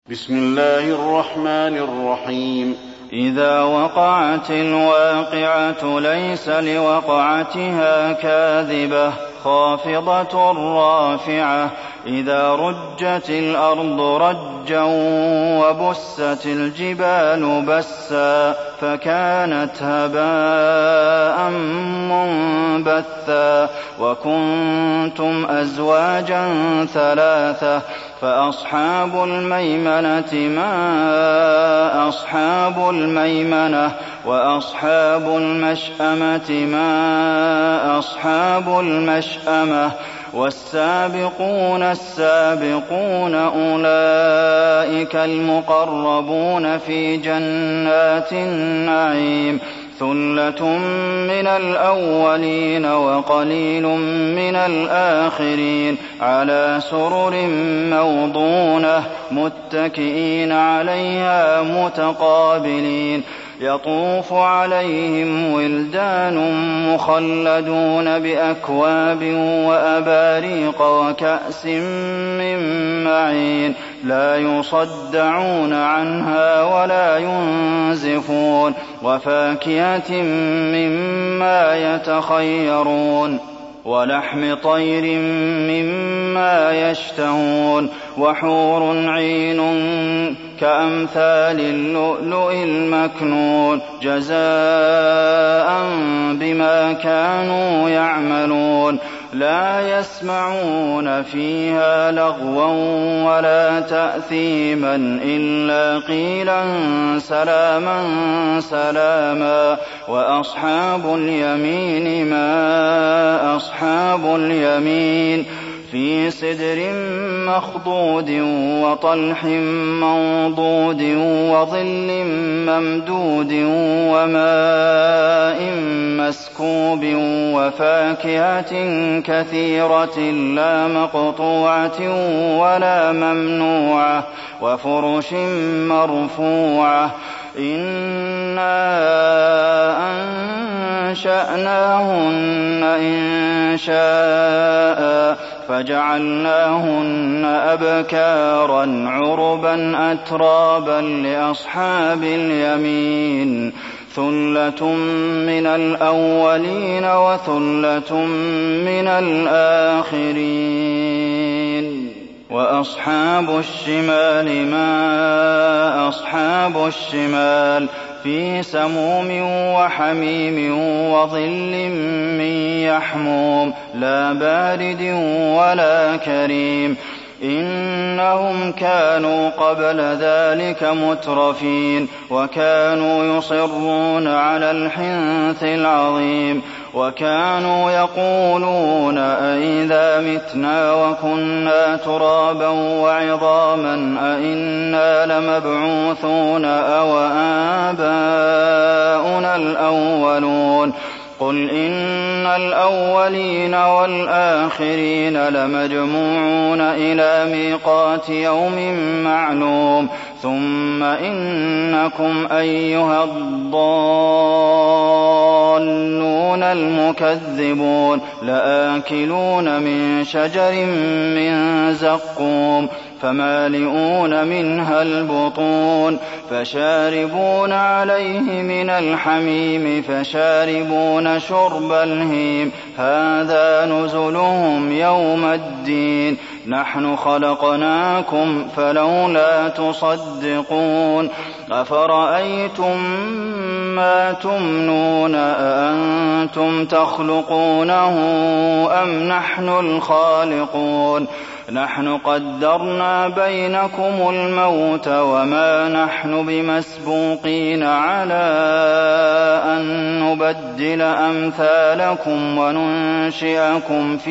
بسم الله الرحمن الرحيم. إذا وقعت الواقعة ليس لوقعتها كاذبة خافضة رافعة إذا رجت الأرض رجا وبست الجبال بسا فكانت هباء منبثا وكنتم أزواجا ثلاثة فأصحاب الميمنة ما أصحاب الميمنة وأصحاب المشأمة ما أصحاب المشأمة والسابقون السابقون أولئك المقربون في جنات النعيم ثلة من الأولين وقليل من الآخرين على سرر موضونة متكئين عليها متقابلين يطوف عليهم ولدان مخلدون بأكواب وأباريق وكأس من معين لا يصدعون عنها ولا ينزفون وفاكهة مما يتخيرون ولحم طير مما يشتهون وحور عين كأمثال اللؤلؤ المكنون جزاء بما كانوا يعملون لا يسمعون فيها لغوا ولا تأثيما إلا قيلا سلاما سلاما وأصحاب اليمين ما أصحاب اليمين في سدر مخضود وطلح منضود وظل ممدود وماء مسكوب وفاكهة كثيرة لا مقطوعة ولا ممنوعة وفرش مرفوعة إنا أنشأناهن إنشاء فجعلناهن أبكارا عربا أترابا لأصحاب اليمين ثلة من الأولين وثلة من الآخرين وأصحاب الشمال ما أصحاب الشمال في سموم وحميم وظل من يحموم لا بارد ولا كريم إنهم كانوا قبل ذلك مترفين وكانوا يصرون على الحنث العظيم وكانوا يقولون أئذا متنا وكنا ترابا وعظاما أئنا لمبعوثون أو آباؤنا الأولون قل إن الأولين والآخرين لمجموعون إلى ميقات يوم معلوم ثم إنكم أيها الضالون المكذبون لآكلون من شجر من زقوم فمالئون منها البطون فشاربون عليه من الحميم فشاربون شرب الهيم هذا نزلهم يوم الدين نحن خلقناكم فلولا تصدقون أفرأيتم ما تمنون أأنتم تخلقونه أم نحن الخالقون نحن قدرنا بينكم الموت وما نحن بمسبوقين على أن نبدل أمثالكم وننشئكم